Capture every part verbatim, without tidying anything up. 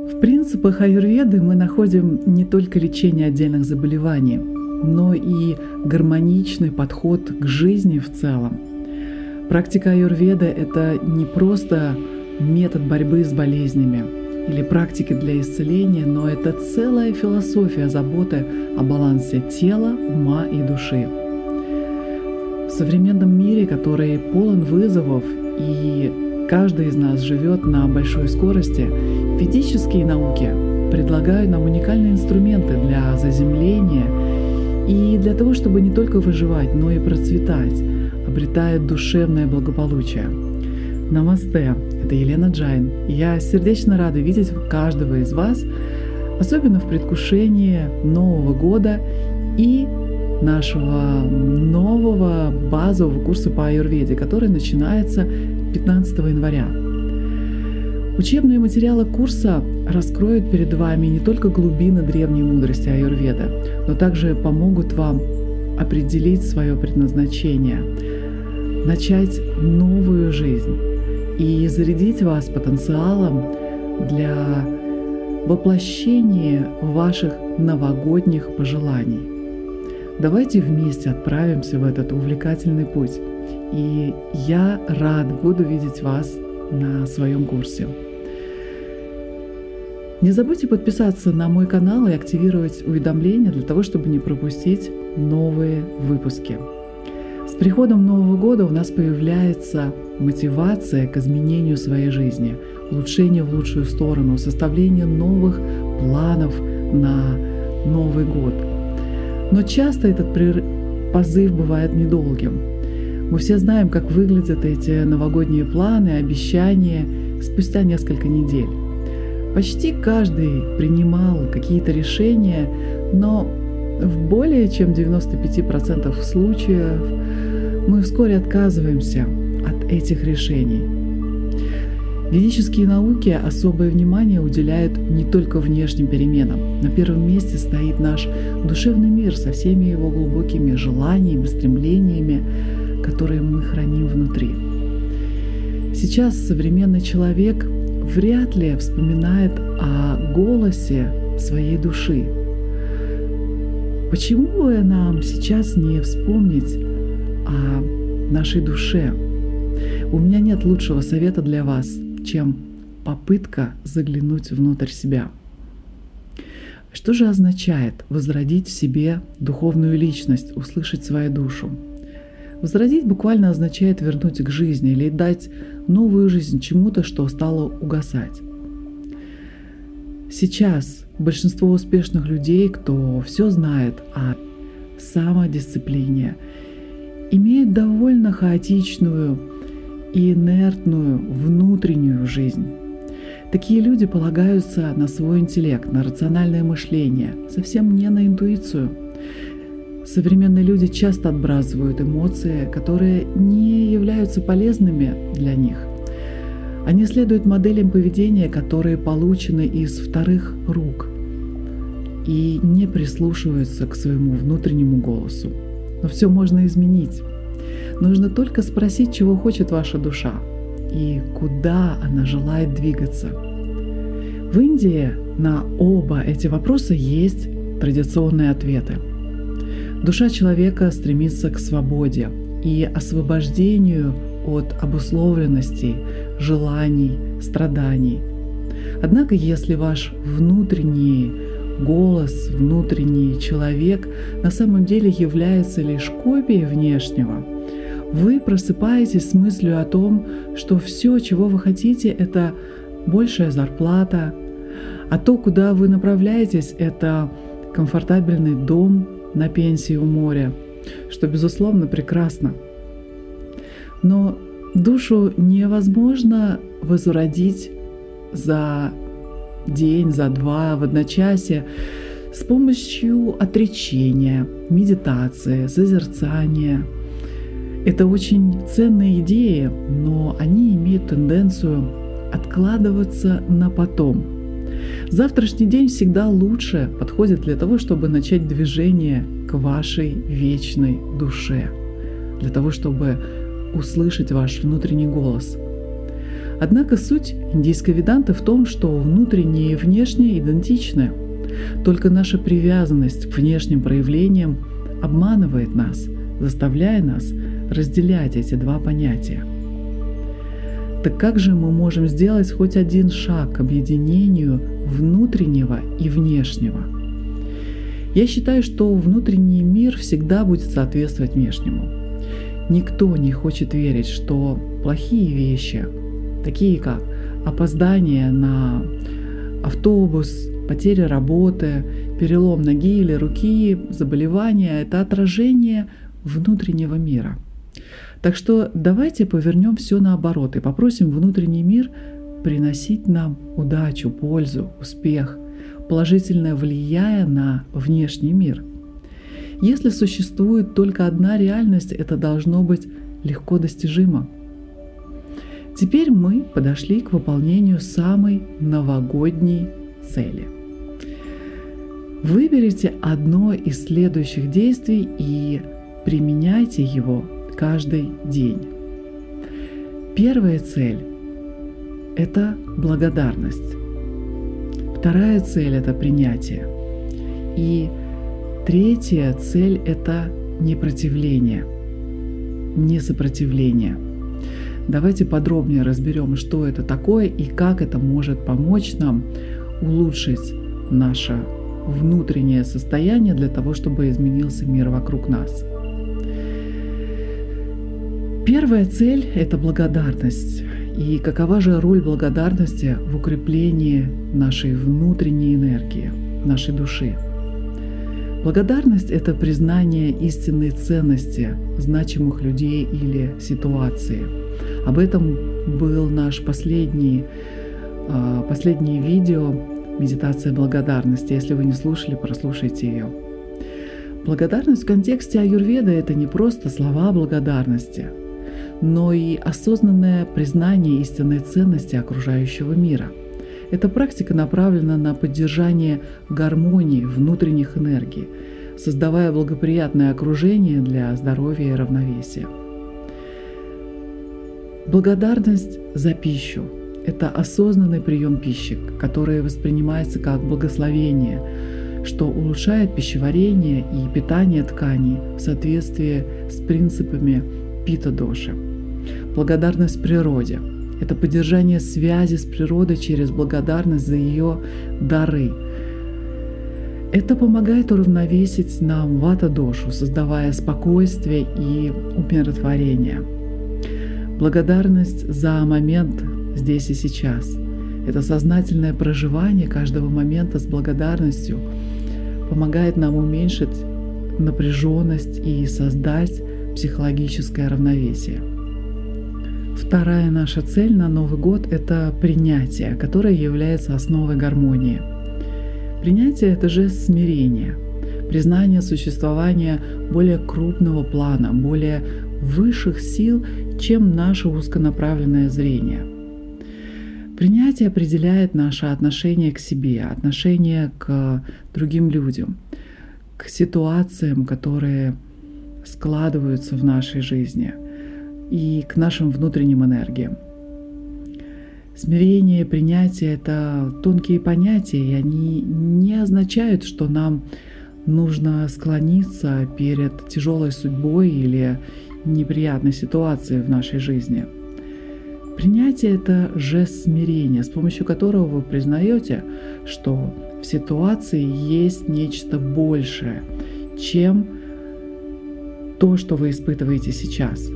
В принципах аюрведы мы находим не только лечение отдельных заболеваний, но и гармоничный подход к жизни в целом. Практика аюрведы — это не просто метод борьбы с болезнями или практики для исцеления, но это целая философия заботы о балансе тела, ума и души. В современном мире, который полон вызовов и каждый из нас живет на большой скорости, ведические науки предлагают нам уникальные инструменты для заземления и для того, чтобы не только выживать, но и процветать, обретая душевное благополучие. Намасте, это Елена Джайн. Я сердечно рада видеть каждого из вас, особенно в предвкушении Нового года и нашего нового базового курса по аюрведе, который начинается пятнадцатого января. Учебные материалы курса раскроют перед вами не только глубины древней мудрости аюрведы, но также помогут вам определить свое предназначение, начать новую жизнь и зарядить вас потенциалом для воплощения ваших новогодних пожеланий. Давайте вместе отправимся в этот увлекательный путь. И я рад буду видеть вас на своем курсе. Не забудьте подписаться на мой канал и активировать уведомления для того, чтобы не пропустить новые выпуски. С приходом Нового года у нас появляется мотивация к изменению своей жизни, улучшению в лучшую сторону, составление новых планов на Новый год. Но часто этот позыв бывает недолгим. Мы все знаем, как выглядят эти новогодние планы, обещания спустя несколько недель. Почти каждый принимал какие-то решения, но в более чем девяноста пяти процентах случаев мы вскоре отказываемся от этих решений. Ведические науки особое внимание уделяют не только внешним переменам. На первом месте стоит наш душевный мир со всеми его глубокими желаниями, стремлениями, которые мы храним внутри. Сейчас современный человек вряд ли вспоминает о голосе своей души. Почему бы нам сейчас не вспомнить о нашей душе? У меня нет лучшего совета для вас, чем попытка заглянуть внутрь себя. Что же означает возродить в себе духовную личность, услышать свою душу? Возродить буквально означает вернуть к жизни или дать новую жизнь чему-то, что стало угасать. Сейчас большинство успешных людей, кто все знает о самодисциплине, имеют довольно хаотичную и инертную внутреннюю жизнь. Такие люди полагаются на свой интеллект, на рациональное мышление, совсем не на интуицию. Современные люди часто отбрасывают эмоции, которые не являются полезными для них. Они следуют моделям поведения, которые получены из вторых рук, и не прислушиваются к своему внутреннему голосу. Но все можно изменить. Нужно только спросить, чего хочет ваша душа и куда она желает двигаться. В Индии на оба эти вопроса есть традиционные ответы. Душа человека стремится к свободе и освобождению от обусловленностей, желаний, страданий. Однако, если ваш внутренний голос, внутренний человек на самом деле является лишь копией внешнего, вы просыпаетесь с мыслью о том, что все, чего вы хотите, это большая зарплата, а то, куда вы направляетесь, это комфортабельный дом на пенсии у моря, что, безусловно, прекрасно. Но душу невозможно возродить за день, за два, в одночасье с помощью отречения, медитации, созерцания. Это очень ценные идеи, но они имеют тенденцию откладываться на потом. Завтрашний день всегда лучше подходит для того, чтобы начать движение к вашей вечной душе, для того, чтобы услышать ваш внутренний голос. Однако суть индийской веданты в том, что внутреннее и внешнее идентичны. Только наша привязанность к внешним проявлениям обманывает нас, заставляя нас разделять эти два понятия. Так как же мы можем сделать хоть один шаг к объединению внутреннего и внешнего? Я считаю, что внутренний мир всегда будет соответствовать внешнему. Никто не хочет верить, что плохие вещи, такие как опоздание на автобус, потеря работы, перелом ноги или руки, заболевания – это отражение внутреннего мира. Так что давайте повернем все наоборот и попросим внутренний мир приносить нам удачу, пользу, успех, положительно влияя на внешний мир. Если существует только одна реальность, это должно быть легко достижимо. Теперь мы подошли к выполнению самой новогодней цели. Выберите одно из следующих действий и применяйте его каждый день. Первая цель – это благодарность. Вторая цель – это принятие. И третья цель – это непротивление, несопротивление. Давайте подробнее разберем, что это такое и как это может помочь нам улучшить наше внутреннее состояние для того, чтобы изменился мир вокруг нас. Первая цель – это благодарность. И какова же роль благодарности в укреплении нашей внутренней энергии, нашей души? Благодарность – это признание истинной ценности значимых людей или ситуации. Об этом был наш последний, последнее видео «Медитация благодарности». Если вы не слушали, прослушайте ее. Благодарность в контексте аюрведы – это не просто слова благодарности, но и осознанное признание истинной ценности окружающего мира. Эта практика направлена на поддержание гармонии внутренних энергий, создавая благоприятное окружение для здоровья и равновесия. Благодарность за пищу – это осознанный прием пищи, который воспринимается как благословение, что улучшает пищеварение и питание тканей в соответствии с принципами пита-доши. Благодарность природе – это поддержание связи с природой через благодарность за ее дары. Это помогает уравновесить нам вата-дошу, создавая спокойствие и умиротворение. Благодарность за момент здесь и сейчас – это сознательное проживание каждого момента с благодарностью помогает нам уменьшить напряженность и создать психологическое равновесие. Вторая наша цель на Новый год – это принятие, которое является основой гармонии. Принятие – это жест смирения, признание существования более крупного плана, более высших сил, чем наше узконаправленное зрение. Принятие определяет наше отношение к себе, отношение к другим людям, к ситуациям, которые складываются в нашей жизни, и к нашим внутренним энергиям. Смирение и принятие – это тонкие понятия, и они не означают, что нам нужно склониться перед тяжелой судьбой или неприятной ситуацией в нашей жизни. Принятие – это жест смирения, с помощью которого вы признаете, что в ситуации есть нечто большее, чем то, что вы испытываете сейчас.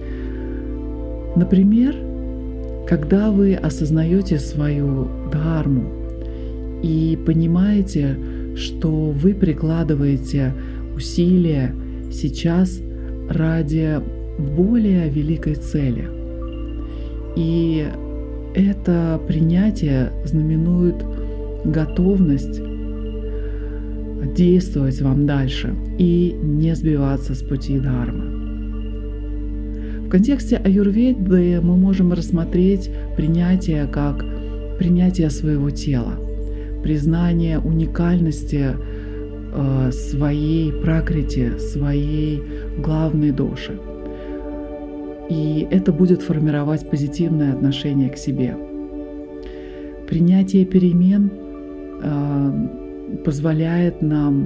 Например, когда вы осознаете свою дхарму и понимаете, что вы прикладываете усилия сейчас ради более великой цели. И это принятие знаменует готовность действовать вам дальше и не сбиваться с пути дхармы. В контексте аюрведы мы можем рассмотреть принятие как принятие своего тела, признание уникальности э, своей пракрити, своей главной доши. И это будет формировать позитивное отношение к себе. Принятие перемен э, позволяет нам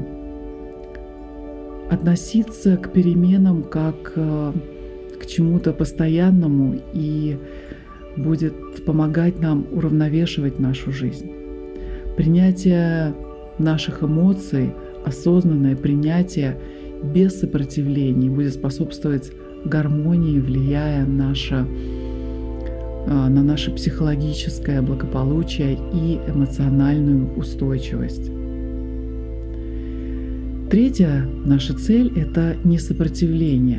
относиться к переменам как э, к чему-то постоянному и будет помогать нам уравновешивать нашу жизнь. Принятие наших эмоций, осознанное принятие без сопротивлений будет способствовать гармонии, влияя наше, на наше психологическое благополучие и эмоциональную устойчивость. Третья наша цель – это несопротивление.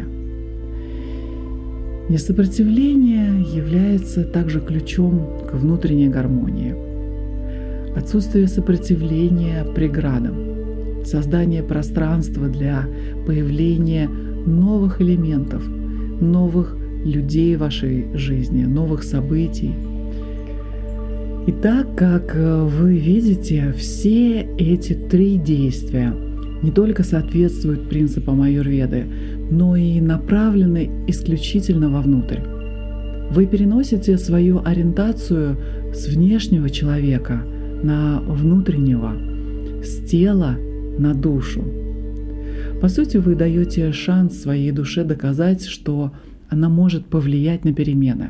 Несопротивление является также ключом к внутренней гармонии. Отсутствие сопротивления преградам, создание пространства для появления новых элементов, новых людей в вашей жизни, новых событий. И так как вы видите, все эти три действия не только соответствуют принципам аюрведы, но и направлены исключительно вовнутрь. Вы переносите свою ориентацию с внешнего человека на внутреннего, с тела на душу. По сути, вы даете шанс своей душе доказать, что она может повлиять на перемены.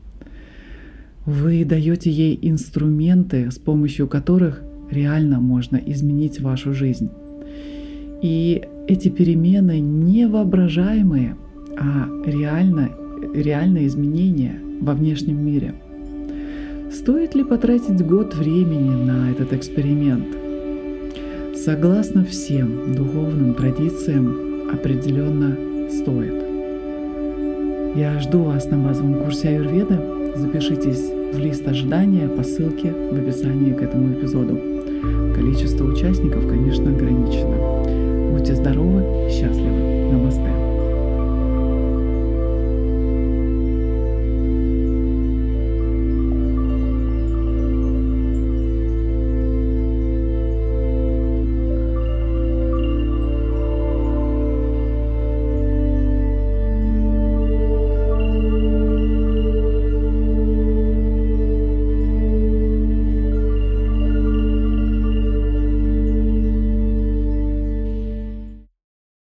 Вы даете ей инструменты, с помощью которых реально можно изменить вашу жизнь. И эти перемены не воображаемые, а реально, реальные изменения во внешнем мире. Стоит ли потратить год времени на этот эксперимент? Согласно всем духовным традициям, определенно стоит. Я жду вас на базовом курсе аюрведы. Запишитесь в лист ожидания по ссылке в описании к этому эпизоду. Количество участников, конечно, ограничено. Будьте здоровы и счастливы. Намасте.